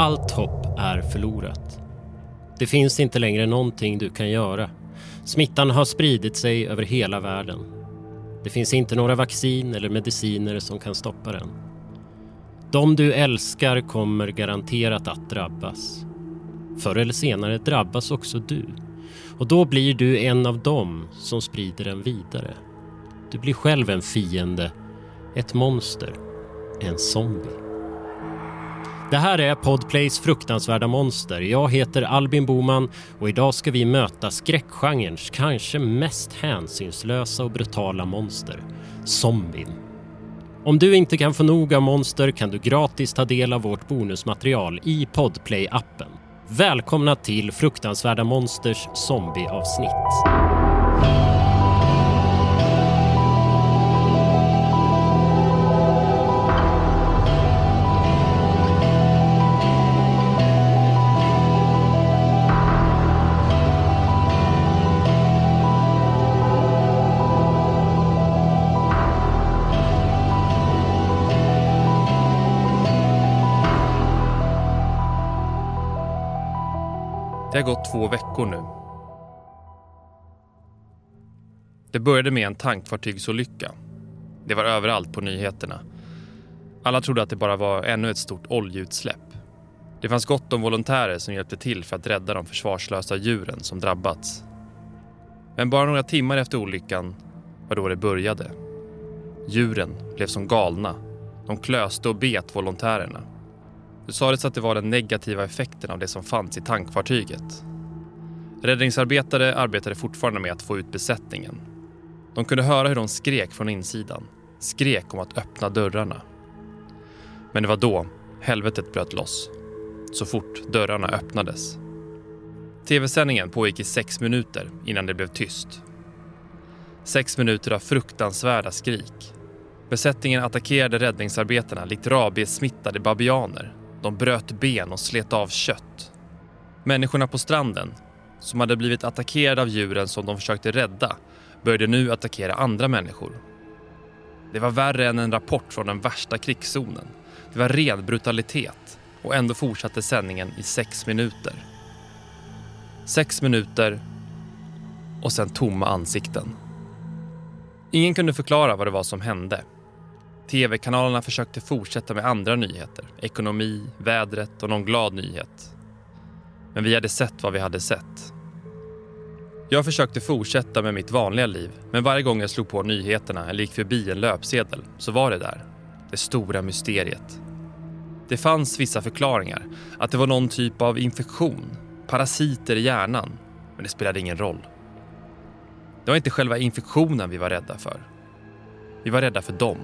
allt hopp är förlorat. Det finns inte längre någonting du kan göra. Smittan har spridit sig över hela världen. Det finns inte några vaccin eller mediciner som kan stoppa den. De du älskar kommer garanterat att drabbas. Förr eller senare drabbas också du. Och då blir du en av dem som sprider den vidare. Du blir själv en fiende, ett monster, en zombie. Det här är Podplays fruktansvärda monster. Jag heter Albin Boman och idag ska vi möta skräckgenrens kanske mest hänsynslösa och brutala monster, zombien. Om du inte kan få nog av monster kan du gratis ta del av vårt bonusmaterial i Podplay-appen. Välkomna till Fruktansvärda monsters zombieavsnitt. Det har gått 2 veckor nu. Det började med en tankfartygsolycka. Det var överallt på nyheterna. Alla trodde att det bara var ännu ett stort oljeutsläpp. Det fanns gott om volontärer som hjälpte till för att rädda de försvarslösa djuren som drabbats. Men bara några timmar efter olyckan var då det började. Djuren blev som galna. De klöste och bet volontärerna. Det sades att det var den negativa effekten av det som fanns i tankfartyget. Räddningsarbetare arbetade fortfarande med att få ut besättningen. De kunde höra hur de skrek från insidan. Skrek om att öppna dörrarna. Men det var då helvetet bröt loss. Så fort dörrarna öppnades. TV-sändningen pågick i 6 minuter innan det blev tyst. 6 minuter av fruktansvärda skrik. Besättningen attackerade räddningsarbetarna likt rabiessmittade babianer. De bröt ben och slet av kött. Människorna på stranden, som hade blivit attackerade av djuren som de försökte rädda, började nu attackera andra människor. Det var värre än en rapport från den värsta krigszonen. Det var ren brutalitet och ändå fortsatte sändningen i 6 minuter. 6 minuter och sen tomma ansikten. Ingen kunde förklara vad det var som hände. TV-kanalerna försökte fortsätta med andra nyheter. Ekonomi, vädret och någon glad nyhet. Men vi hade sett vad vi hade sett. Jag försökte fortsätta med mitt vanliga liv. Men varje gång jag slog på nyheterna eller gick förbi en löpsedel så var det där. Det stora mysteriet. Det fanns vissa förklaringar. Att det var någon typ av infektion. Parasiter i hjärnan. Men det spelade ingen roll. Det var inte själva infektionen vi var rädda för. Vi var rädda för dem.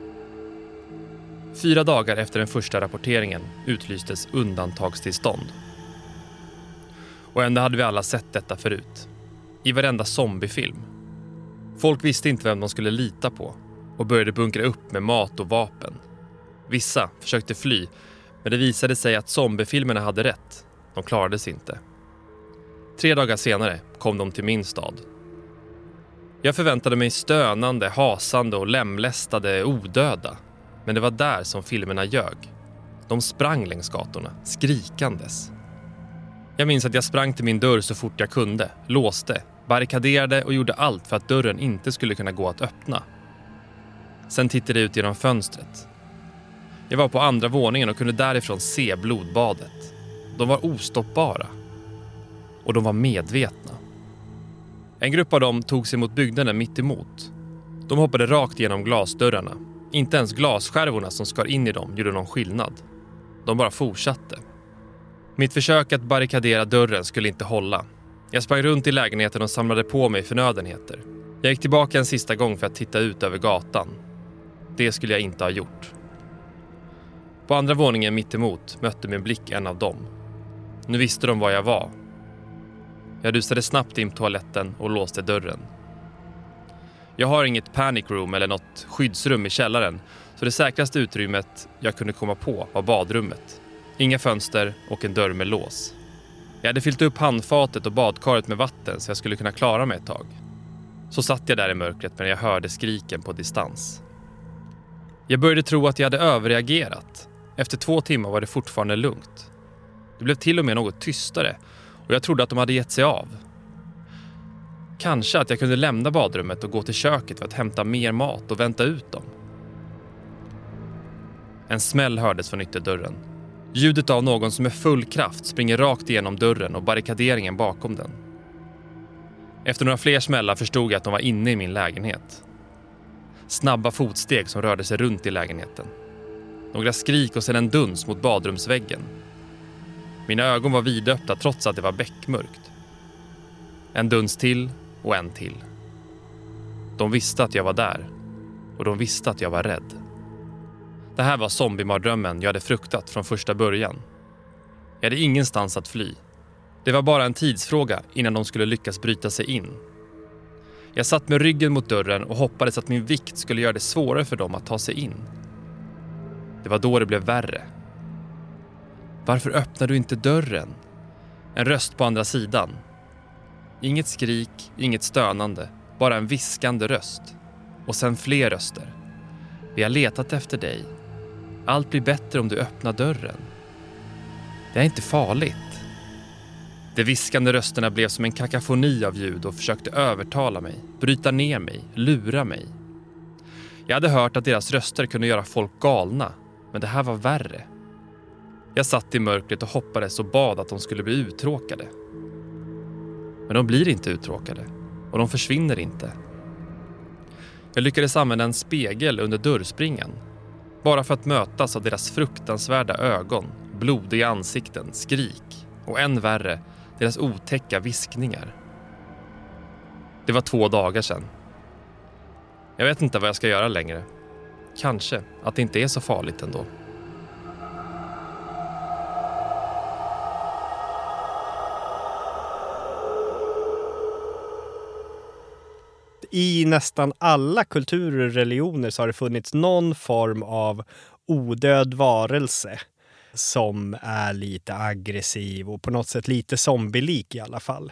4 dagar efter den första rapporteringen utlystes undantagstillstånd. Och ändå hade vi alla sett detta förut. I varenda zombiefilm. Folk visste inte vem de skulle lita på och började bunkra upp med mat och vapen. Vissa försökte fly, men det visade sig att zombiefilmerna hade rätt. De klarade sig inte. 3 dagar senare kom de till min stad. Jag förväntade mig stönande, hasande och lemlästade odöda. Men det var där som filmerna ljög. De sprang längs gatorna, skrikandes. Jag minns att jag sprang till min dörr så fort jag kunde, låste, barrikaderade och gjorde allt för att dörren inte skulle kunna gå att öppna. Sen tittade jag ut genom fönstret. Jag var på andra våningen och kunde därifrån se blodbadet. De var ostoppbara. Och de var medvetna. En grupp av dem tog sig mot byggnaden mitt emot. De hoppade rakt genom glasdörrarna. Inte ens glasskärvorna som skar in i dem gjorde någon skillnad. De bara fortsatte. Mitt försök att barrikadera dörren skulle inte hålla. Jag sprang runt i lägenheten och samlade på mig förnödenheter. Jag gick tillbaka en sista gång för att titta ut över gatan. Det skulle jag inte ha gjort. På andra våningen mitt emot mötte min blick en av dem. Nu visste de var jag var. Jag rusade snabbt in på toaletten och låste dörren. Jag har inget panic room eller något skyddsrum i källaren, så det säkraste utrymmet jag kunde komma på var badrummet. Inga fönster och en dörr med lås. Jag hade fyllt upp handfatet och badkaret med vatten så jag skulle kunna klara mig ett tag. Så satt jag där i mörkret men jag hörde skriken på distans. Jag började tro att jag hade överreagerat. Efter 2 timmar var det fortfarande lugnt. Det blev till och med något tystare och jag trodde att de hade gett sig av. Kanske att jag kunde lämna badrummet och gå till köket för att hämta mer mat och vänta ut dem. En smäll hördes från ytterdörren. Ljudet av någon som med full kraft springer rakt igenom dörren och barrikaderingen bakom den. Efter några fler smällar förstod jag att de var inne i min lägenhet. Snabba fotsteg som rörde sig runt i lägenheten. Några skrik och sedan en duns mot badrumsväggen. Mina ögon var vidöppna trots att det var bäckmörkt. En duns till och en till. De visste att jag var där och de visste att jag var rädd. Det här var zombiemardrömmen jag hade fruktat från första början. Jag hade ingenstans att fly. Det var bara en tidsfråga innan de skulle lyckas bryta sig in. Jag satt med ryggen mot dörren och hoppades att min vikt skulle göra det svårare för dem att ta sig in. Det var då det blev värre. Varför öppnar du inte dörren? En röst på andra sidan. Inget skrik, inget stönande, bara en viskande röst. Och sen fler röster. Vi har letat efter dig. Allt blir bättre om du öppnar dörren. Det är inte farligt. De viskande rösterna blev som en kakafoni av ljud och försökte övertala mig, bryta ner mig, lura mig. Jag hade hört att deras röster kunde göra folk galna, men det här var värre. Jag satt i mörkret och hoppades och bad att de skulle bli uttråkade. Men de blir inte uttråkade och de försvinner inte. Jag lyckades använda en spegel under dörrspringan. Bara för att mötas av deras fruktansvärda ögon, blodiga ansikten, skrik och än värre, deras otäcka viskningar. Det var 2 dagar sedan. Jag vet inte vad jag ska göra längre. Kanske att det inte är så farligt ändå. I nästan alla kulturer och religioner så har det funnits någon form av odöd varelse som är lite aggressiv och på något sätt lite zombielik i alla fall.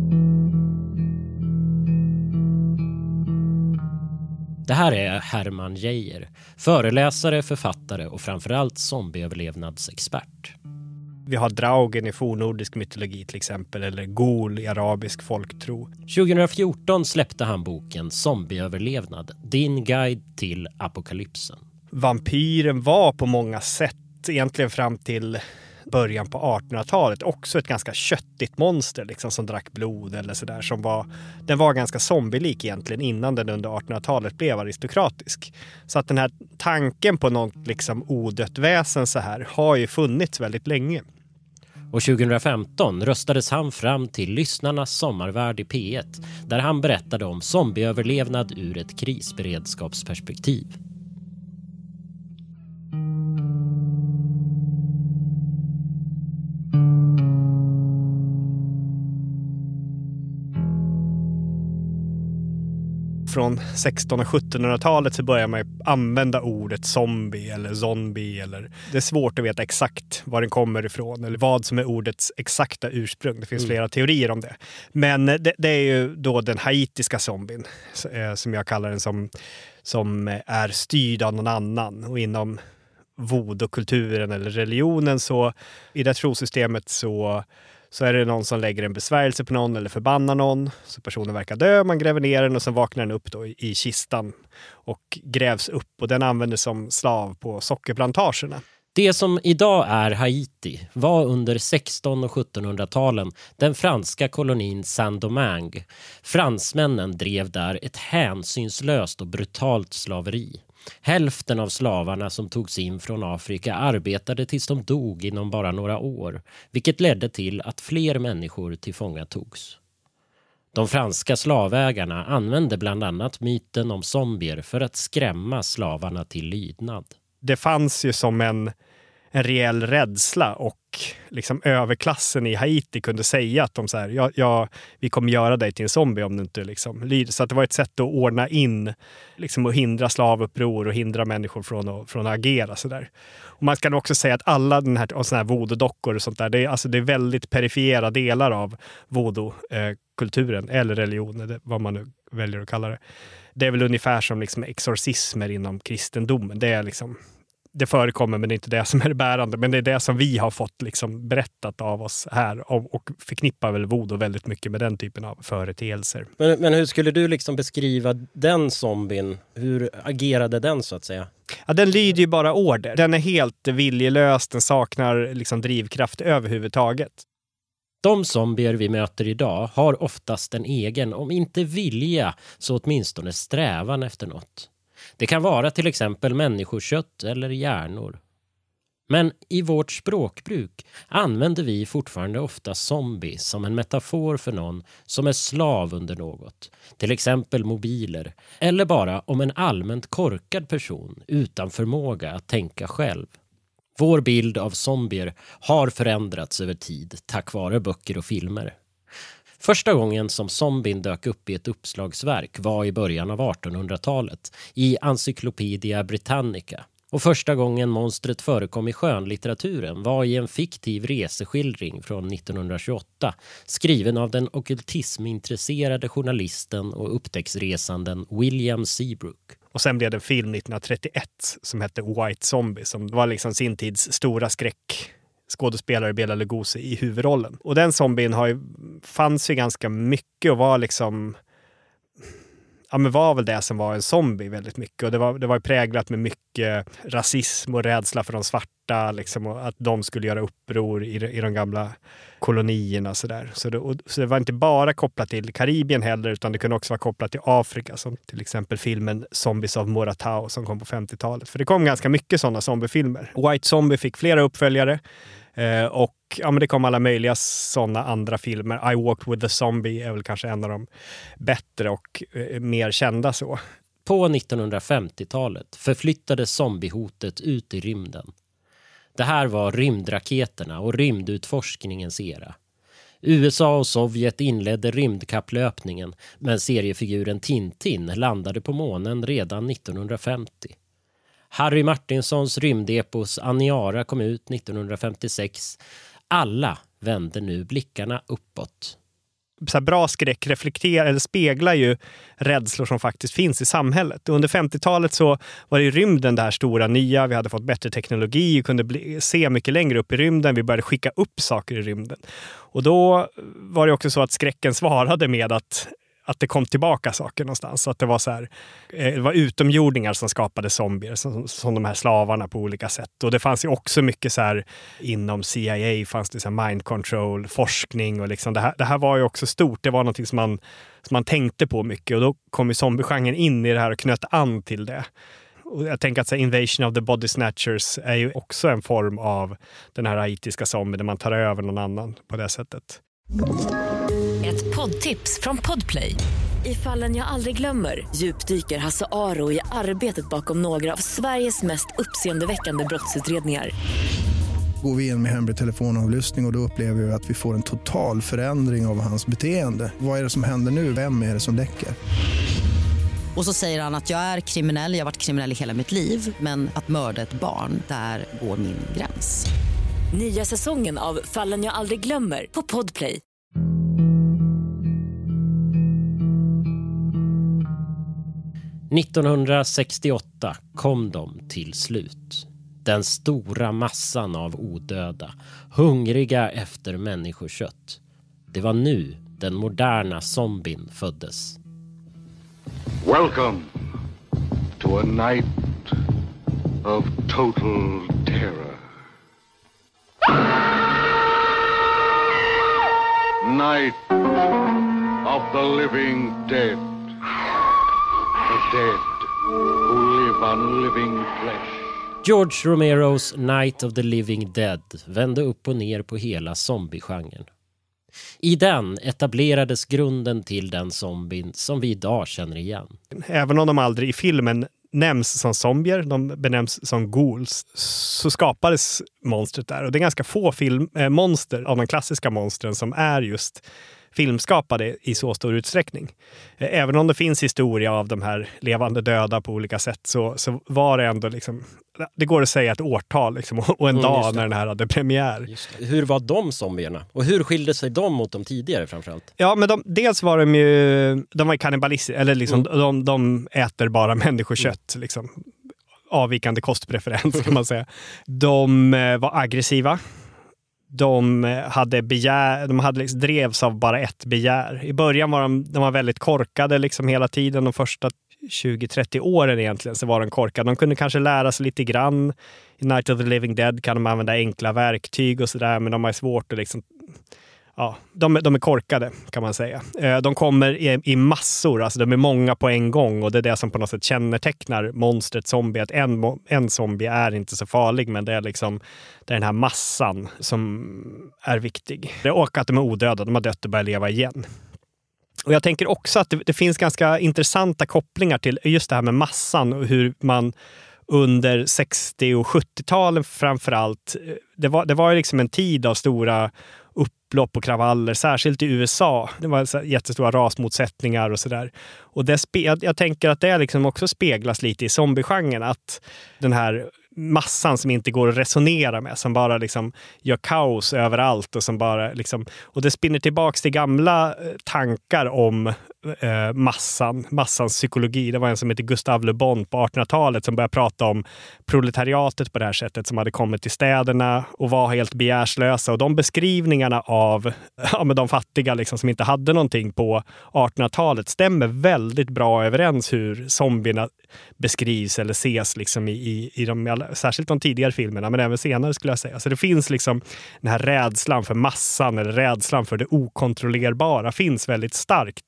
Det här är Hermann Geijer, föreläsare, författare och framförallt zombieöverlevnadsexpert. Vi har Draugen i fornnordisk mytologi till exempel, eller Gol i arabisk folktro. 2014 släppte han boken Zombieöverlevnad, din guide till apokalypsen. Vampyren var på många sätt, egentligen fram till början på 1800-talet, också ett ganska köttigt monster liksom, som drack blod eller sådär. Den var ganska zombielik egentligen innan den under 1800-talet blev aristokratisk. Så att den här tanken på något liksom odött väsen så här har ju funnits väldigt länge. Och 2015 röstades han fram till lyssnarnas sommarvärd i P1 där han berättade om zombieöverlevnad ur ett krisberedskapsperspektiv. Från 1600- och 1700-talet så börjar man använda ordet zombie eller zombie. Det är svårt att veta exakt var den kommer ifrån eller vad som är ordets exakta ursprung. Det finns flera teorier om det. Men det är ju då den haitiska zombien som jag kallar den som är styrd av någon annan. Och inom voodoo-kulturen eller religionen så i det trosystemet så är det någon som lägger en besvärjelse på någon eller förbannar någon. Så personen verkar dö, man gräver ner den och sen vaknar den upp då i kistan och grävs upp. Och den används som slav på sockerplantagerna. Det som idag är Haiti var under 1600- och 1700-talen den franska kolonin Saint-Domingue. Fransmännen drev där ett hänsynslöst och brutalt slaveri. Hälften av slavarna som togs in från Afrika arbetade tills de dog inom bara några år, vilket ledde till att fler människor tillfångatogs. De franska slavägarna använde bland annat myten om zombier för att skrämma slavarna till lydnad. Det fanns ju som en reell rädsla och liksom överklassen i Haiti kunde säga att de så här, vi kommer göra dig till en zombie om du inte liksom lyder. Så att det var ett sätt att ordna in liksom, och hindra slavuppror och hindra människor från att agera så där. Och man kan också säga att alla den här och såna här voodoo-dockor och sånt där, det är väldigt perifera delar av voodoo-kulturen eller religionen, vad man nu väljer att kalla det. Det är väl ungefär som liksom exorcismer inom kristendomen. Det är liksom det förekommer, men det är inte det som är det bärande. Men det är det som vi har fått liksom berättat av oss här och förknippar väl voodoo väldigt mycket med den typen av företeelser. Men hur skulle du liksom beskriva den zombien? Hur agerade den så att säga? Ja, den lyder ju bara order. Den är helt viljelös, den saknar liksom drivkraft överhuvudtaget. De zombier vi möter idag har oftast en egen, om inte vilja, så åtminstone strävan efter något. Det kan vara till exempel människokött eller hjärnor. Men i vårt språkbruk använder vi fortfarande ofta zombie som en metafor för någon som är slav under något. Till exempel mobiler. Eller bara om en allmänt korkad person utan förmåga att tänka själv. Vår bild av zombier har förändrats över tid tack vare böcker och filmer. Första gången som zombien dök upp i ett uppslagsverk var i början av 1800-talet i Encyclopedia Britannica. Och första gången monstret förekom i skönlitteraturen var i en fiktiv reseskildring från 1928 skriven av den ockultismintresserade journalisten och upptäcktsresanden William Seabrook. Och sen blev det en film 1931 som hette White Zombie som var liksom sin tids stora skräck. Skådespelare Bela Lugosi i huvudrollen. Och den zombien fanns ju ganska mycket och var liksom... Ja, men var väl det som var en zombie väldigt mycket. Och det var präglat med mycket rasism och rädsla för de svarta. Liksom, och att de skulle göra uppror i de gamla kolonierna. Så det var inte bara kopplat till Karibien heller, utan det kunde också vara kopplat till Afrika. Som till exempel filmen Zombies of Moratau som kom på 50-talet. För det kom ganska mycket sådana zombiefilmer. White Zombie fick flera uppföljare. Och ja, men det kom alla möjliga sådana andra filmer. I Walked with the Zombie är väl kanske en av de bättre och mer kända så. På 1950-talet förflyttades zombiehotet ut i rymden. Det här var rymdraketerna och rymdutforskningens era. USA och Sovjet inledde rymdkapplöpningen, men seriefiguren Tintin landade på månen redan 1950. Harry Martinsons rymdepos Aniara kom ut 1956. Alla vände nu blickarna uppåt. Så här bra skräck reflekterar eller speglar ju rädslor som faktiskt finns i samhället. Under 50-talet så var det i rymden det här stora nya. Vi hade fått bättre teknologi och kunde se mycket längre upp i rymden. Vi började skicka upp saker i rymden. Och då var det också så att skräcken svarade med att det kom tillbaka saker någonstans. Så att det var så här, det var utomjordingar som skapade zombier som de här slavarna på olika sätt. Och det fanns ju också mycket så här inom CIA fanns det så här mind control, forskning och liksom det här var ju också stort. Det var någonting som man tänkte på mycket och då kom ju zombiegenren in i det här och knöt an till det. Och jag tänker att så här, Invasion of the Body Snatchers är ju också en form av den här haitiska zombie där man tar över någon annan på det sättet. Ett poddtips från Podplay. I Fallen jag aldrig glömmer djupdyker Hasse Aro i arbetet bakom några av Sveriges mest uppseendeväckande brottsutredningar. Går vi in med hemlig telefonavlyssning och då upplever vi att vi får en total förändring av hans beteende. Vad är det som händer nu? Vem är det som läcker? Och så säger han att jag är kriminell, jag har varit kriminell i hela mitt liv. Men att mörda ett barn, där går min gräns. Nya säsongen av Fallen jag aldrig glömmer på Podplay. –1968 kom de till slut. Den stora massan av odöda, hungriga efter människokött. Det var nu den moderna zombien föddes. Welcome to a night of total terror. Night of the living dead. The dead who live on living flesh. George Romeros Night of the Living Dead vände upp och ner på hela zombiegenren. I den etablerades grunden till den zombien som vi idag känner igen. Även om de aldrig i filmen nämns som zombier, de benämns som ghouls, så skapades monstret där. Och det är ganska få monster av de klassiska monstren som är just filmskapade i så stor utsträckning. Även om det finns historia av de här levande döda på olika sätt så var det ändå liksom, det går att säga ett årtal liksom, och en dag när den här hade premiär. Hur var de zombierna? Och hur skilde sig de mot de tidigare framförallt? Ja, men dels var de var kannibalister, eller liksom de äter bara människokött liksom. avvikande kostpreferens kan man säga. De var aggressiva. De hade liksom drevs av bara ett begär. I början var de var väldigt korkade liksom hela tiden. De första 20-30 åren egentligen så var de korkade. De kunde kanske lära sig lite grann. I Night of the Living Dead kan de använda enkla verktyg och sådär, men de har svårt att liksom... Ja, de är korkade kan man säga. De kommer i massor, alltså de är många på en gång, och det är det som på något sätt kännetecknar monstret zombie, att en zombie är inte så farlig, men det är liksom det är den här massan som är viktig. Och att de är odöda, de har dött och börjar leva igen. Och jag tänker också att det finns ganska intressanta kopplingar till just det här med massan och hur man under 60- och 70-talen framförallt, det var ju liksom en tid av stora upplopp och kravaller, särskilt i USA. Det var jättestora rasmotsättningar och sådär. Och jag tänker att det liksom också speglas lite i zombiegenren, att den här massan som inte går att resonera med, som bara liksom gör kaos överallt och som bara liksom, och det spinner tillbaks till gamla tankar om massans psykologi. Det var en som heter Gustave Le Bon på 1800-talet som började prata om proletariatet på det här sättet, som hade kommit till städerna och var helt begärslösa, och de beskrivningarna av de fattiga liksom, som inte hade någonting på 1800-talet stämmer väldigt bra överens hur zombierna beskrivs eller ses liksom i särskilt de tidigare filmerna, men även senare skulle jag säga. Så det finns liksom den här rädslan för massan eller rädslan för det okontrollerbara finns väldigt starkt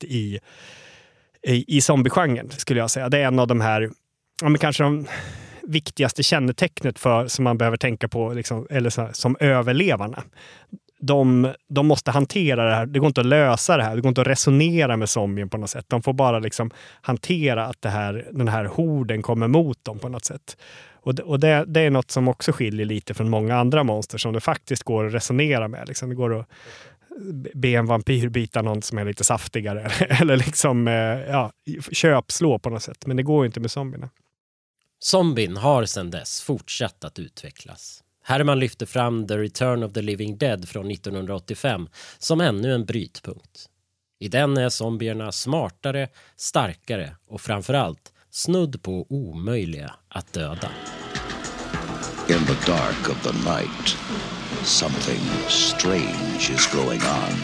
i zombiegenren skulle jag säga. Det är en av de här, kanske de viktigaste kännetecknet som man behöver tänka på liksom, eller som överlevarna. De måste hantera det här. Det går inte att lösa det här. Det går inte att resonera med zombien på något sätt. De får bara liksom hantera att den här horden kommer mot dem på något sätt. Och det är något som också skiljer lite från många andra monster som det faktiskt går att resonera med. Liksom, det går att be en vampyr bita någon som är lite saftigare eller liksom köpslå på något sätt. Men det går ju inte med zombierna. Zombien har sedan dess fortsatt att utvecklas. Herman lyfter fram The Return of the Living Dead från 1985 som ännu en brytpunkt. I den är zombierna smartare, starkare och framförallt snudd på omöjliga att döda. In the dark of the night, something strange is going on.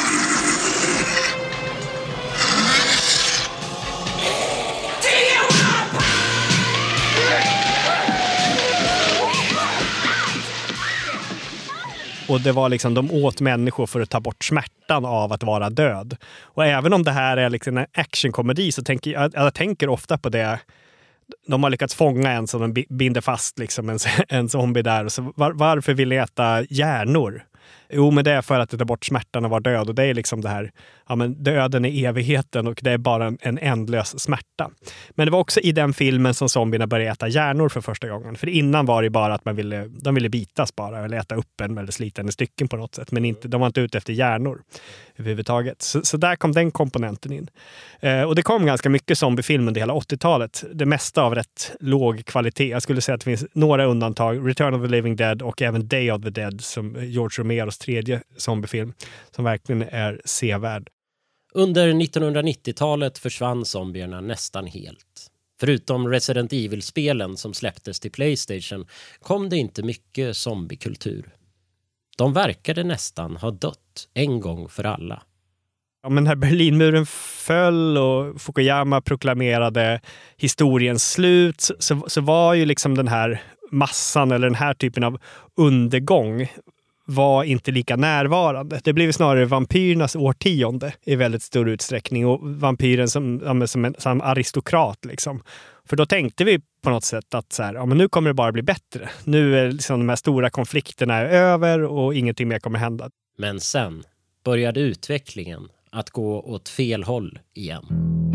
Och det var liksom, de åt människor för att ta bort smärtan av att vara död. Och även om det här är liksom en actionkomedi så tänker jag tänker ofta på det. De har lyckats fånga en som de binder fast liksom en zombie där. Och så varför vill jag äta hjärnor? Jo, men det är för att det tar bort smärtan av att vara död. Och det är liksom det här, döden är evigheten och det är bara en ändlös smärta. Men det var också i den filmen som zombierna började äta hjärnor för första gången. För innan var det bara att de ville bitas bara, eller äta upp en eller slita en i stycken på något sätt. Men de var inte ute efter hjärnor överhuvudtaget. Så där kom den komponenten in. Och det kom ganska mycket zombiefilm under hela 80-talet. Det mesta av rätt låg kvalitet. Jag skulle säga att det finns några undantag. Return of the Living Dead och även Day of the Dead, som George Romeros tredje zombiefilm, som verkligen är sevärd. Under 1990-talet försvann zombierna nästan helt. Förutom Resident Evil-spelen som släpptes till PlayStation kom det inte mycket zombiekultur. De verkade nästan ha dött en gång för alla. Ja, men när Berlinmuren föll och Fukuyama proklamerade historiens slut så var ju liksom den här massan eller den här typen av undergång var inte lika närvarande. Det blev snarare vampyrernas årtionde i väldigt stor utsträckning, och vampyren som aristokrat liksom. För då tänkte vi på något sätt att så här, men nu kommer det bara bli bättre. Nu är liksom de här stora konflikterna över och ingenting mer kommer hända. Men sen började utvecklingen att gå åt fel håll igen.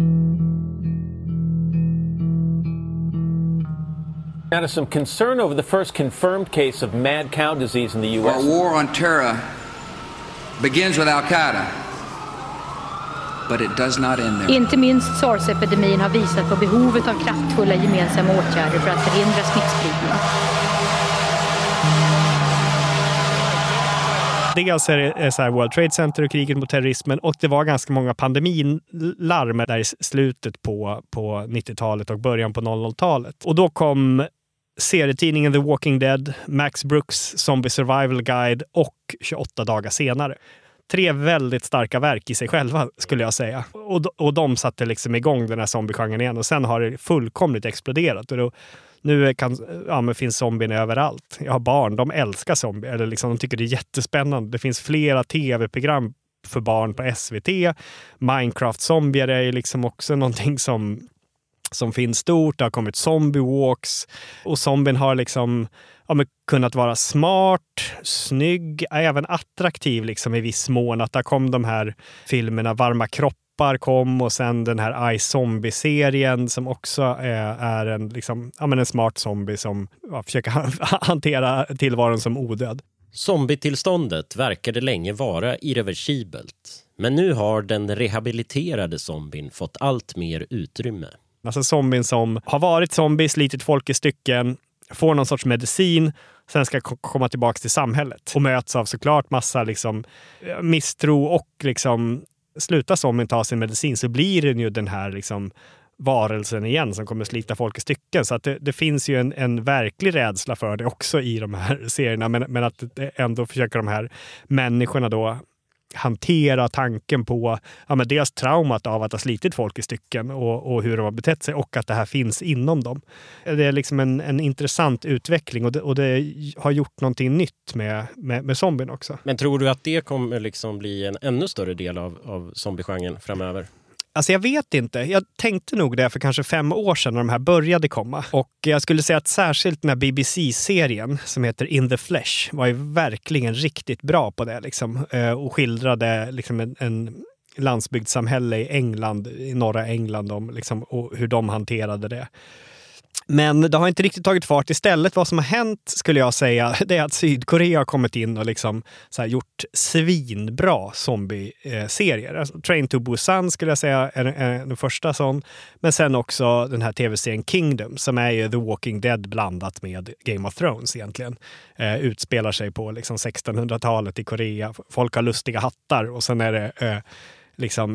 Now, some concern over the first confirmed case of mad cow disease in the U.S. Our war on terror begins with Al-Qaeda, but it does not end there. Inte minst SARS-epidemin har visat på behovet av kraftfulla gemensamma åtgärder för att förhindra smittspridning. Dels är det så här World Trade Center och kriget mot terrorismen, och det var ganska många pandemilarmer där i slutet på 90-talet och början på 00-talet. Och då kom serietidningen The Walking Dead, Max Brooks Zombie Survival Guide och 28 dagar senare. 3 väldigt starka verk i sig själva skulle jag säga. Och de satte liksom igång den här zombie-genren igen och sen har det fullkomligt exploderat. Och då, nu finns zombien överallt. Jag har barn, de älskar zombier. Eller liksom, de tycker det är jättespännande. Det finns flera tv-program för barn på SVT. Minecraft-zombier är liksom också någonting som finns stort. Det har kommit zombie walks. Och zombien har liksom kunnat vara smart, snygg, även attraktiv liksom i viss mån. Att där kom de här filmerna Varma kroppar kom och sen den här iZombie-serien som också är en, liksom, en smart zombie som försöker hantera tillvaron som odöd. Zombietillståndet verkade länge vara irreversibelt. Men nu har den rehabiliterade zombien fått allt mer utrymme. Alltså zombien som har varit zombie, slitit folk i stycken, får någon sorts medicin, sen ska komma tillbaka till samhället. Och möts av såklart massa liksom, misstro och liksom, slutar zombien ta sin medicin så blir det ju den här liksom, varelsen igen som kommer slita folk i stycken. Så att det finns ju en verklig rädsla för det också i de här serierna. Men att ändå försöker de här människorna då hantera tanken på dels traumat av att ha slitit folk i stycken och hur de har betett sig och att det här finns inom dem. Det är liksom en intressant utveckling och det har gjort någonting nytt med zombien också. Men tror du att det kommer liksom bli en ännu större del av zombiegenren framöver? Alltså jag vet inte. Jag tänkte nog det för kanske 5 år sedan när de här började komma. Och jag skulle säga att särskilt den här BBC-serien som heter In the Flesh var ju verkligen riktigt bra på det. Liksom. Och skildrade liksom en landsbygdssamhälle i England, i norra England om, liksom, och hur de hanterade det. Men det har inte riktigt tagit fart. Istället vad som har hänt skulle jag säga det är att Sydkorea har kommit in och liksom så här gjort svinbra zombie-serier. Alltså, Train to Busan skulle jag säga är den första sån. Men sen också den här tv-serien Kingdom som är ju The Walking Dead blandat med Game of Thrones egentligen. Utspelar sig på liksom 1600-talet i Korea. Folk har lustiga hattar och sen är det liksom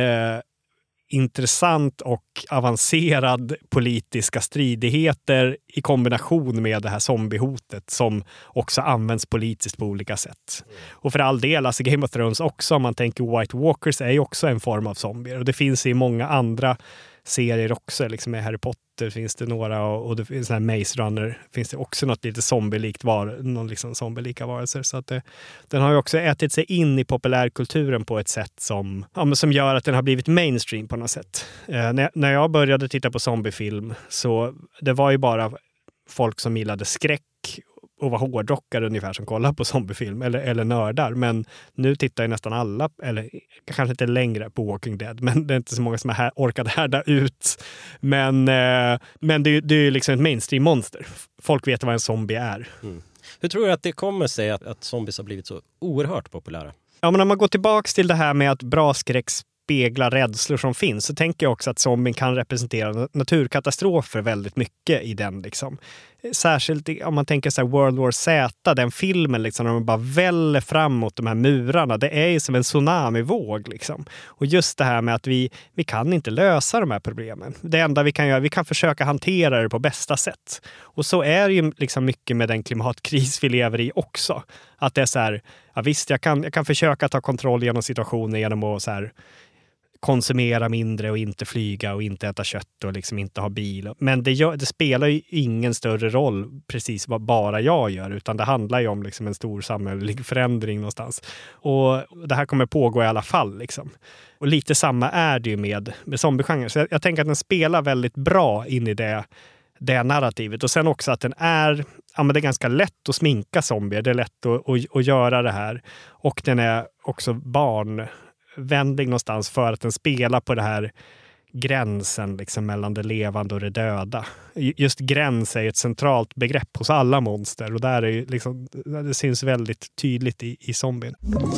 intressant och avancerad politiska stridigheter i kombination med det här zombiehotet som också används politiskt på olika sätt. Och för all del, alltså Game of Thrones också, om man tänker White Walkers är ju också en form av zombier och det finns i många andra serier också, liksom med Harry Potter finns det några och det finns här Maze Runner finns det också något lite zombielikt någon liksom zombielika varelser så att den har ju också ätit sig in i populärkulturen på ett sätt som gör att den har blivit mainstream på något sätt. När jag började titta på zombiefilm så det var ju bara folk som gillade skräck och var hårdrockare ungefär som kollar på zombiefilm eller nördar. Men nu tittar ju nästan alla, eller kanske inte längre på Walking Dead, men det är inte så många som har orkat härda ut. Men det är ju liksom ett mainstream-monster. Folk vet vad en zombie är. Mm. Hur tror du att det kommer sig att zombies har blivit så oerhört populära? Ja, men om man går tillbaka till det här med att bra skräck spegla rädslor som finns så tänker jag också att zombien kan representera naturkatastrofer väldigt mycket i den liksom. Särskilt om man tänker så här World War Z, den filmen liksom, när man bara väller fram mot de här murarna, det är ju som en tsunamivåg liksom. Och just det här med att vi kan inte lösa de här problemen. Det enda vi kan göra, vi kan försöka hantera det på bästa sätt. Och så är det ju liksom mycket med den klimatkris vi lever i också. Att det är så här, ja visst jag kan försöka ta kontroll genom situationen genom att så här konsumera mindre och inte flyga och inte äta kött och liksom inte ha bil. Men det spelar ju ingen större roll precis vad bara jag gör, utan det handlar ju om liksom en stor samhällelig förändring någonstans. Och det här kommer pågå i alla fall liksom. Och lite samma är det ju med zombiegenren. Så jag tänker att den spelar väldigt bra in i det narrativet. Och sen också att den är, men det är ganska lätt att sminka zombier. Det är lätt att göra det här. Och den är också barnvänlig någonstans för att den spelar på det här gränsen liksom mellan det levande och det döda. Just gräns är ett centralt begrepp hos alla monster. Och där är ju liksom, det syns väldigt tydligt i zombien.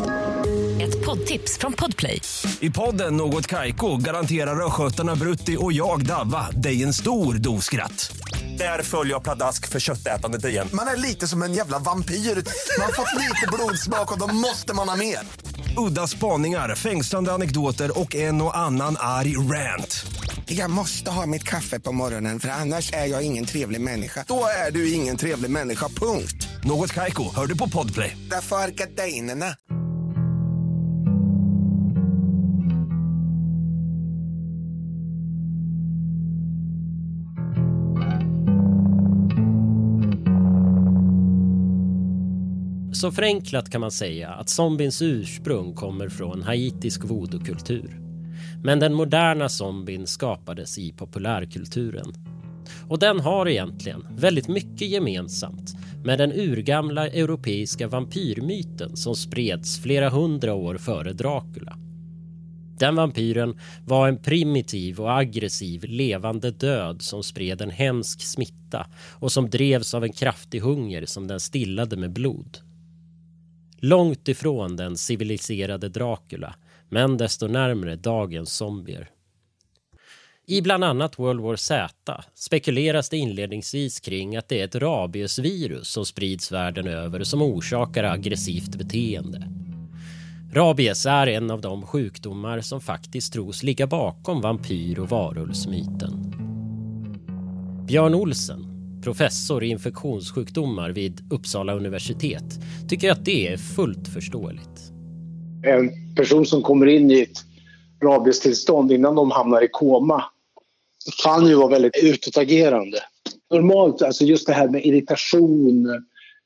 Ett poddtips från Podplay. I podden Något Kaiko garanterar röskötarna Brutti och jag Davva dig en stor doskratt. Där följer jag pladask för köttätandet igen. Man är lite som en jävla vampyr. Man har fått lite blodsmak och då måste man ha mer. Udda spaningar, fängslande anekdoter och en och annan arg rant. Jag måste ha mitt kaffe på morgonen för annars är jag ingen trevlig människa. Då är du ingen trevlig människa, punkt. Något Kaiko, hör du på Podplay. Därför är gardinerna. Så förenklat kan man säga att zombiens ursprung kommer från haitisk voodoo-kultur. Men den moderna zombien skapades i populärkulturen. Och den har egentligen väldigt mycket gemensamt med den urgamla europeiska vampyrmyten som spreds flera hundra år före Dracula. Den vampyren var en primitiv och aggressiv levande död som spred en hemsk smitta och som drevs av en kraftig hunger som den stillade med blod. Långt ifrån den civiliserade Dracula, men desto närmare dagens zombier. I bland annat World War Z spekuleras det inledningsvis kring att det är ett rabiesvirus som sprids världen över som orsakar aggressivt beteende. Rabies är en av de sjukdomar som faktiskt tros ligga bakom vampyr- och varulvsmyten. Björn Olsen, professor i infektionssjukdomar vid Uppsala universitet, tycker att det är fullt förståeligt. En person som kommer in i ett rabiestillstånd innan de hamnar i koma kan ju vara väldigt utåtagerande. Normalt, alltså just det här med irritation,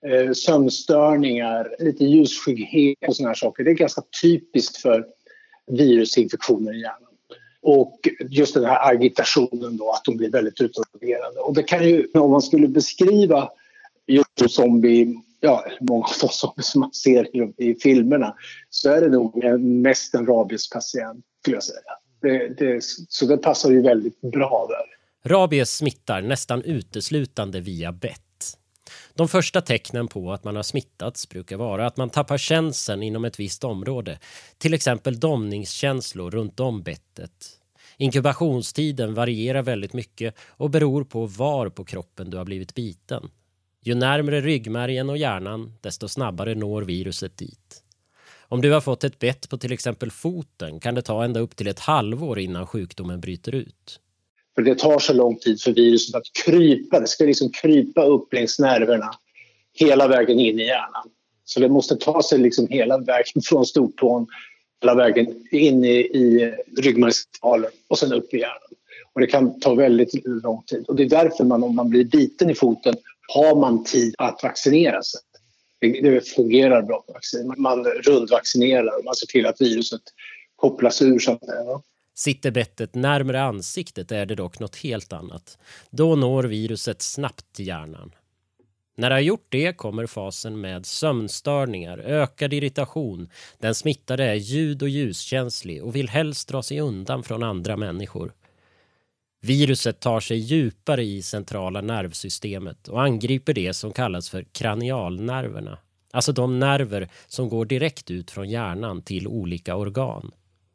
sömnstörningar, lite ljusskygghet och såna här saker, det är ganska typiskt för virusinfektioner i hjärnan. Och just den här agitationen då, att de blir väldigt utåtagerande. Och det kan ju, om man skulle beskriva just zombie, ja, många av de zombies som man ser i filmerna, så är det nog mest en rabiespatient, skulle jag säga. Så det passar ju väldigt bra där. Rabies smittar nästan uteslutande via bett. De första tecknen på att man har smittats brukar vara att man tappar känseln inom ett visst område, till exempel domningskänslor runt om bettet. Inkubationstiden varierar väldigt mycket och beror på var på kroppen du har blivit biten. Ju närmare ryggmärgen och hjärnan, desto snabbare når viruset dit. Om du har fått ett bett på till exempel foten kan det ta ända upp till ett halvår innan sjukdomen bryter ut. För det tar så lång tid för viruset att krypa. Det ska liksom krypa upp längs nerverna hela vägen in i hjärnan. Så det måste ta sig liksom hela vägen från stortån, hela vägen in i ryggmärgsdalen och sen upp i hjärnan. Och det kan ta väldigt lång tid. Och det är därför om man blir biten i foten har man tid att vaccinera sig. Det fungerar bra med vaccin. Man rundvaccinerar och man ser till att viruset kopplas ur. Så att, ja. Sitter bettet närmare ansiktet är det dock något helt annat. Då når viruset snabbt till hjärnan. När det har gjort det kommer fasen med sömnstörningar, ökad irritation. Den smittade är ljud- och ljuskänslig och vill helst dra sig undan från andra människor. Viruset tar sig djupare i centrala nervsystemet och angriper det som kallas för kranialnerverna. Alltså de nerver som går direkt ut från hjärnan till olika organ.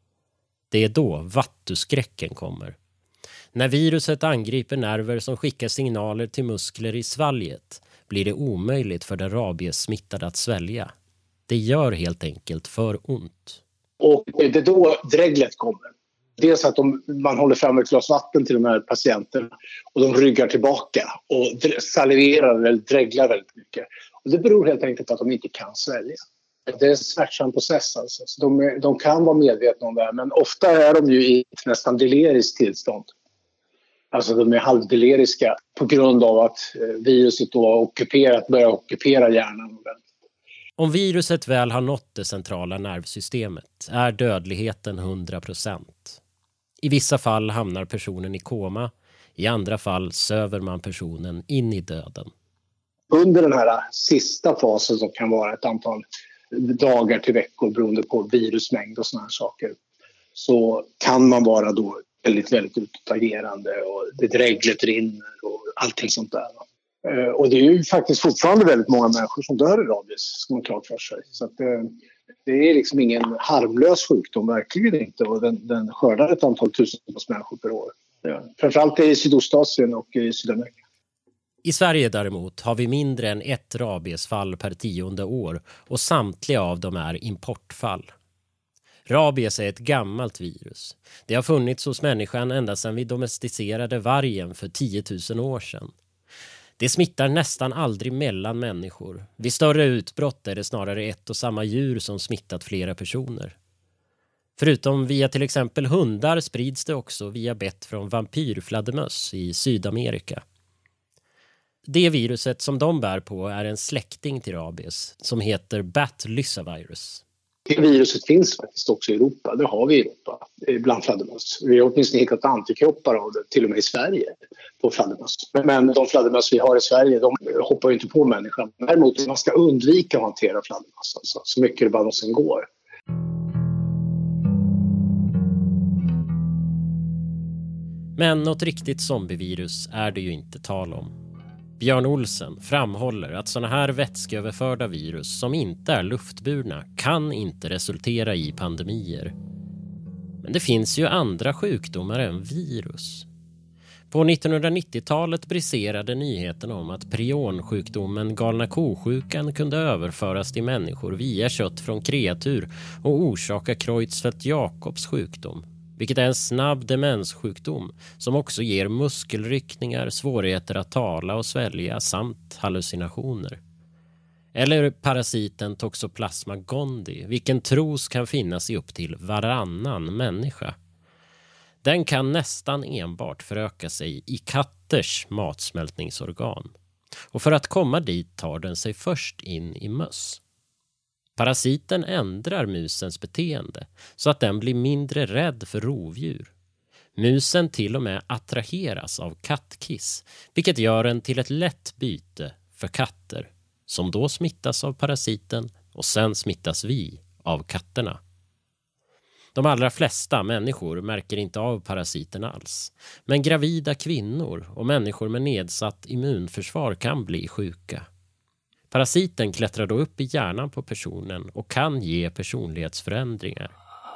Det är då vattuskräcken kommer. När viruset angriper nerver som skickar signaler till muskler i svalget blir det omöjligt för den rabiessmittade att svälja. Det gör helt enkelt för ont. Och det är då dreglet kommer. Dels att man håller fram ett glas vatten till de här patienterna och de ryggar tillbaka och saliverar eller dreglar väldigt mycket. Och det beror helt enkelt på att de inte kan svälja. Det är en smärtsam process alltså. Så de kan vara medvetna om det här, men ofta är de ju i ett nästan deleriskt tillstånd. Alltså de är halvdeleriska på grund av att viruset då har börjar ockupera hjärnan. Om viruset väl har nått det centrala nervsystemet är dödligheten 100%. I vissa fall hamnar personen i koma, i andra fall söver man personen in i döden. Under den här sista fasen som kan vara ett antal dagar till veckor beroende på virusmängd och såna här saker, så kan man vara då väldigt, väldigt utagerande och det dreglet rinner och allting sånt där. Och det är ju faktiskt fortfarande väldigt många människor som dör i rabies, ska man klart för sig. Så att det är liksom ingen harmlös sjukdom, verkligen inte. Och den skördar ett antal tusentals människor per år. Ja. Framförallt i Sydostasien och i Sydamerika. I Sverige däremot har vi mindre än 1 rabiesfall per 10:e år och samtliga av dem är importfall. Rabies är ett gammalt virus. Det har funnits hos människan ända sedan vi domesticerade vargen för 10 000 år sedan. Det smittar nästan aldrig mellan människor. Vid större utbrott är det snarare ett och samma djur som smittat flera personer. Förutom via till exempel hundar sprids det också via bett från vampyrfladdermöss i Sydamerika. Det viruset som de bär på är en släkting till rabies som heter bat-lyssavirus. Det viruset finns faktiskt också i Europa. Det har vi i Europa bland fladdermöss. Vi har åtminstone hittat antikroppar av det, till och med i Sverige, på fladdermöss. Men de fladdermöss vi har i Sverige, de hoppar ju inte på människan. Däremot man ska undvika att hantera fladdermöss, alltså, så mycket det bara någonsin går. Men något riktigt zombievirus är det ju inte tal om. Björn Olsen framhåller att sådana här vätskeöverförda virus som inte är luftburna kan inte resultera i pandemier. Men det finns ju andra sjukdomar än virus. På 1990-talet briserade nyheten om att prionsjukdomen galna kosjukan kunde överföras till människor via kött från kreatur och orsaka Creutzfeldt-Jakobs sjukdom. Vilket är en snabb demenssjukdom som också ger muskelryckningar, svårigheter att tala och svälja samt hallucinationer. Eller parasiten Toxoplasma gondii, vilken tros kan finnas i upp till varannan människa. Den kan nästan enbart föröka sig i katters matsmältningsorgan. Och för att komma dit tar den sig först in i möss. Parasiten ändrar musens beteende så att den blir mindre rädd för rovdjur. Musen till och med attraheras av kattkiss, vilket gör den till ett lätt byte för katter som då smittas av parasiten och sen smittas vi av katterna. De allra flesta människor märker inte av parasiten alls, men gravida kvinnor och människor med nedsatt immunförsvar kan bli sjuka. Parasiten klättrar då upp i hjärnan på personen och kan ge personlighetsförändringar.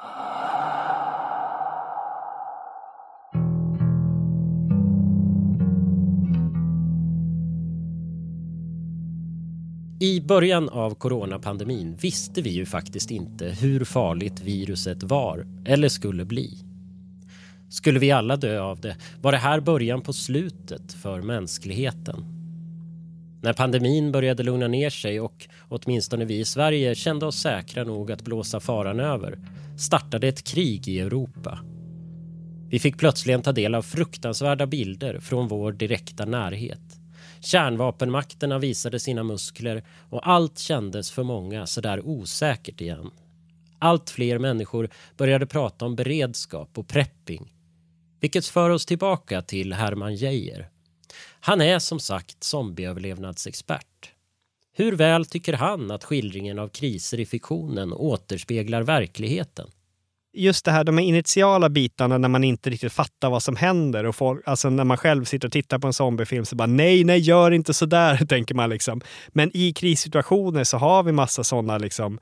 I början av coronapandemin visste vi ju faktiskt inte hur farligt viruset var eller skulle bli. Skulle vi alla dö av det? Var det här början på slutet för mänskligheten? När pandemin började lugna ner sig och åtminstone vi i Sverige kände oss säkra nog att blåsa faran över, startade ett krig i Europa. Vi fick plötsligt ta del av fruktansvärda bilder från vår direkta närhet. Kärnvapenmakterna visade sina muskler och allt kändes för många så där osäkert igen. Allt fler människor började prata om beredskap och prepping. Vilket för oss tillbaka till Hermann Geijer. Han är som sagt zombieöverlevnadsexpert. Hur väl tycker han att skildringen av kriser i fiktionen återspeglar verkligheten? Just det här, de initiala bitarna när man inte riktigt fattar vad som händer och folk, alltså när man själv sitter och tittar på en zombiefilm så bara nej, gör inte så där, tänker man liksom. Men i krissituationer så har vi massa sådana liksom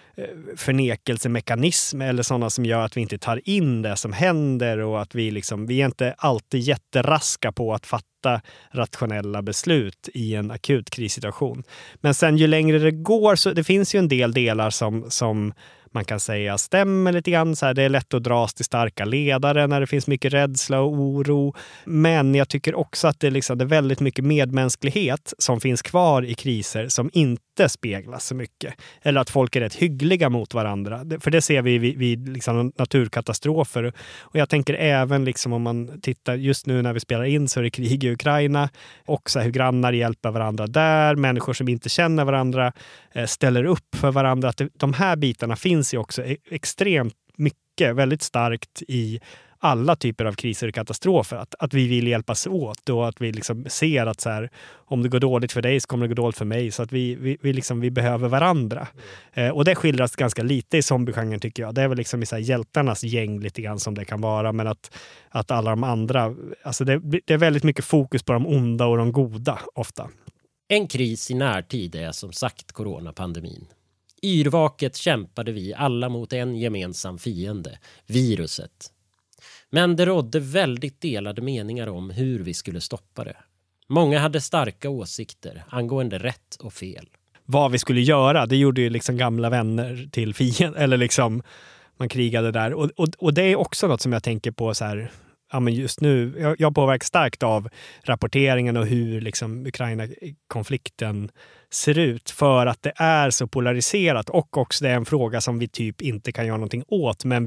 förnekelsemekanismer eller sådana som gör att vi inte tar in det som händer och att vi är inte alltid jätteraska på att fatta rationella beslut i en akut krissituation. Men sen ju längre det går så det finns ju en del delar som man kan säga stämmer lite grann. Så här, det är lätt att dras till starka ledare när det finns mycket rädsla och oro. Men jag tycker också att det är väldigt mycket medmänsklighet som finns kvar i kriser som inte speglas så mycket. Eller att folk är rätt hyggliga mot varandra. För det ser vi vid naturkatastrofer. Och jag tänker även om man tittar just nu när vi spelar in så är det krig i Ukraina. Också hur grannar hjälper varandra där. Människor som inte känner varandra ställer upp för varandra. Att de här bitarna finns ju också extremt mycket, väldigt starkt i alla typer av kriser och katastrofer. Att vi vill hjälpas åt och att vi ser att så här, om det går dåligt för dig så kommer det gå dåligt för mig. Så att vi behöver varandra. Och det skildras ganska lite i zombiegenren tycker jag. Det är väl i så här hjältarnas gäng lite grann som det kan vara. Men att alla de andra, alltså det är väldigt mycket fokus på de onda och de goda ofta. En kris i närtid är som sagt coronapandemin. Yrvaket kämpade vi alla mot en gemensam fiende, viruset. Men det rådde väldigt delade meningar om hur vi skulle stoppa det. Många hade starka åsikter angående rätt och fel. Vad vi skulle göra, det gjorde ju gamla vänner till fienden. Eller man krigade där. Och det är också något som jag tänker på så här, ja, men just nu, jag påverkas starkt av rapporteringen och hur liksom Ukraina-konflikten ser ut, för att det är så polariserat, och också det är en fråga som vi typ inte kan göra någonting åt, men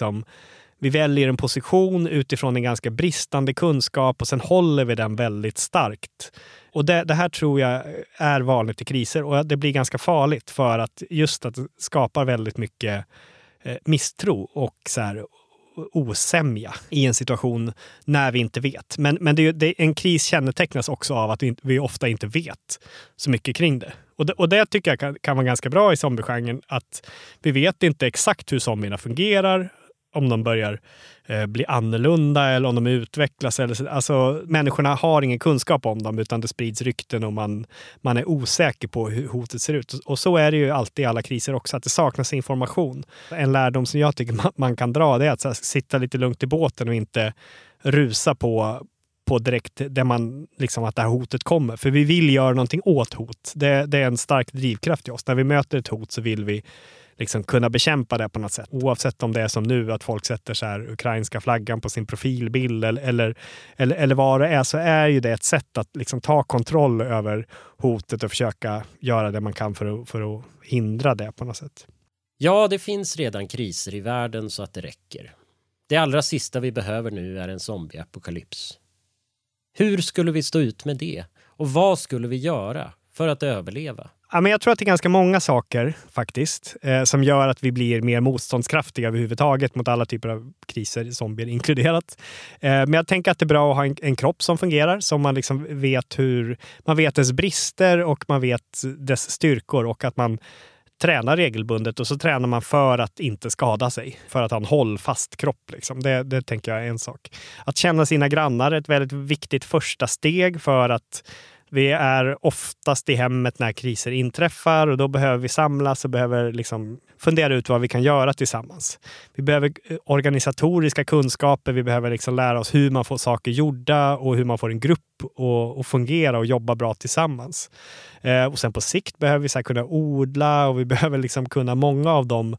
vi väljer en position utifrån en ganska bristande kunskap och sen håller vi den väldigt starkt. Och det här tror jag är vanligt i kriser, och det blir ganska farligt för att just att det skapar väldigt mycket misstro och så här osämja i en situation när vi inte vet. Men en kris kännetecknas också av att vi ofta inte vet så mycket kring det. Och det tycker jag kan vara ganska bra i zombiegenren, att vi vet inte exakt hur zombierna fungerar, om de börjar bli annorlunda eller om de utvecklas. Alltså, människorna har ingen kunskap om dem, utan det sprids rykten och man är osäker på hur hotet ser ut. Och så är det ju alltid i alla kriser också, att det saknas information. En lärdom som jag tycker man kan dra, det är att sitta lite lugnt i båten och inte rusa på direkt där man liksom att det här hotet kommer. För vi vill göra någonting åt hot. Det är en stark drivkraft i oss. När vi möter ett hot så vill vi liksom kunna bekämpa det på något sätt. Oavsett om det är som nu, att folk sätter så här ukrainska flaggan på sin profilbild eller vad det är, så är ju det ett sätt att liksom ta kontroll över hotet och försöka göra det man kan för att hindra det på något sätt. Ja, det finns redan kriser i världen så att det räcker. Det allra sista vi behöver nu är en zombieapokalyps. Hur skulle vi stå ut med det? Och vad skulle vi göra för att överleva? Ja, men jag tror att det är ganska många saker faktiskt som gör att vi blir mer motståndskraftiga överhuvudtaget mot alla typer av kriser, zombier inkluderat. Men jag tänker att det är bra att ha en kropp som fungerar, som man liksom vet man vet dess brister och man vet dess styrkor, och att man tränar regelbundet, och så tränar man för att inte skada sig, för att ha en hållfast kropp. Liksom. Det tänker jag är en sak. Att känna sina grannar är ett väldigt viktigt första steg, för att vi är oftast i hemmet när kriser inträffar, och då behöver vi samlas och behöver liksom fundera ut vad vi kan göra tillsammans. Vi behöver organisatoriska kunskaper, vi behöver liksom lära oss hur man får saker gjorda och hur man får en grupp att fungera och jobba bra tillsammans. Och sen på sikt behöver vi så här kunna odla, och vi behöver liksom kunna många av de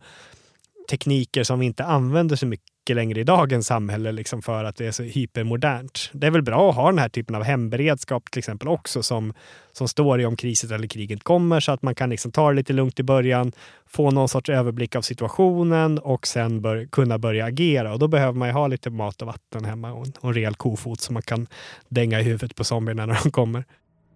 tekniker som vi inte använder så mycket längre i dagens samhälle, liksom, för att det är så hypermodernt. Det är väl bra att ha den här typen av hemberedskap till exempel också, som står i om kriset eller kriget kommer, så att man kan liksom ta det lite lugnt i början, få någon sorts överblick av situationen och sen kunna börja agera. Och då behöver man ju ha lite mat och vatten hemma och en rejäl kofot som man kan dänga i huvudet på zombierna när de kommer.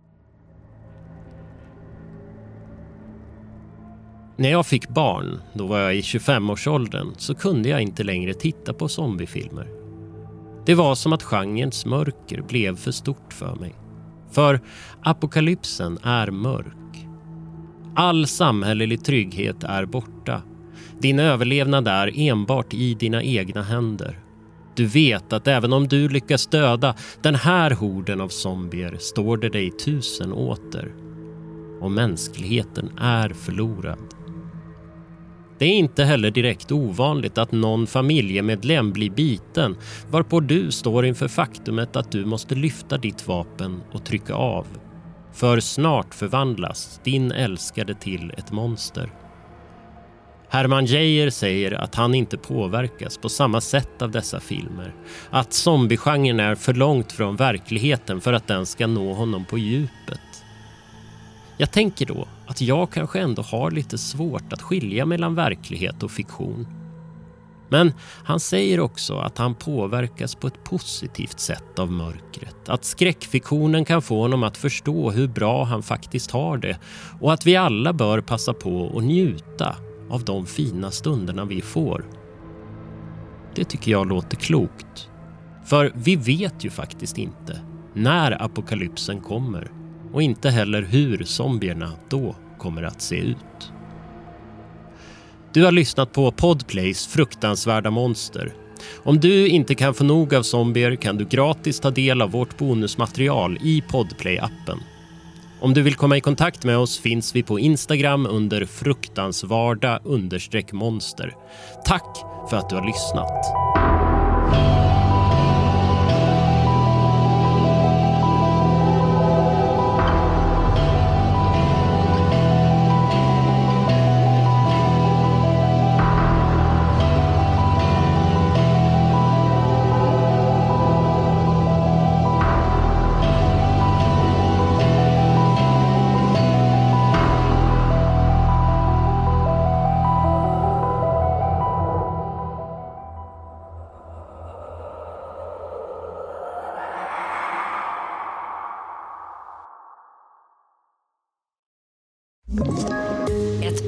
När jag fick barn, då var jag i 25-årsåldern, så kunde jag inte längre titta på zombiefilmer. Det var som att genrens mörker blev för stort för mig. För apokalypsen är mörk. All samhällelig trygghet är borta. Din överlevnad är enbart i dina egna händer. Du vet att även om du lyckas döda den här horden av zombier, står det dig 1000 åter. Och mänskligheten är förlorad. Det är inte heller direkt ovanligt att någon familjemedlem blir biten, varpå du står inför faktumet att du måste lyfta ditt vapen och trycka av. För snart förvandlas din älskade till ett monster. Herman Geijer säger att han inte påverkas på samma sätt av dessa filmer. Att zombiegenren är för långt från verkligheten för att den ska nå honom på djupet. Jag tänker då att jag kanske ändå har lite svårt att skilja mellan verklighet och fiktion. Men han säger också att han påverkas på ett positivt sätt av mörkret. Att skräckfiktionen kan få honom att förstå hur bra han faktiskt har det. Och att vi alla bör passa på att njuta av de fina stunderna vi får. Det tycker jag låter klokt. För vi vet ju faktiskt inte när apokalypsen kommer. Och inte heller hur zombierna då kommer att se ut. Du har lyssnat på Podplays fruktansvärda monster. Om du inte kan få nog av zombier kan du gratis ta del av vårt bonusmaterial i Podplay-appen. Om du vill komma i kontakt med oss finns vi på Instagram under fruktansvärda_monster. Tack för att du har lyssnat.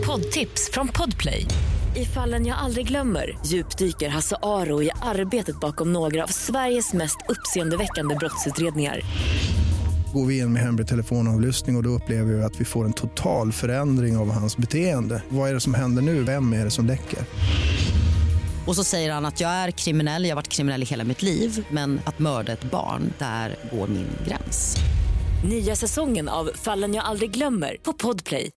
poddtips från Podplay. I Fallen jag aldrig glömmer djupdyker Hasse Aro i arbetet bakom några av Sveriges mest uppseendeväckande brottsutredningar. Går vi in med hemlig telefonavlyssning och då upplever vi att vi får en total förändring av hans beteende. Vad är det som händer nu? Vem är det som läcker? Och så säger han att jag är kriminell, jag har varit kriminell i hela mitt liv. Men att mörda ett barn, där går min gräns. Nya säsongen av Fallen jag aldrig glömmer på Podplay.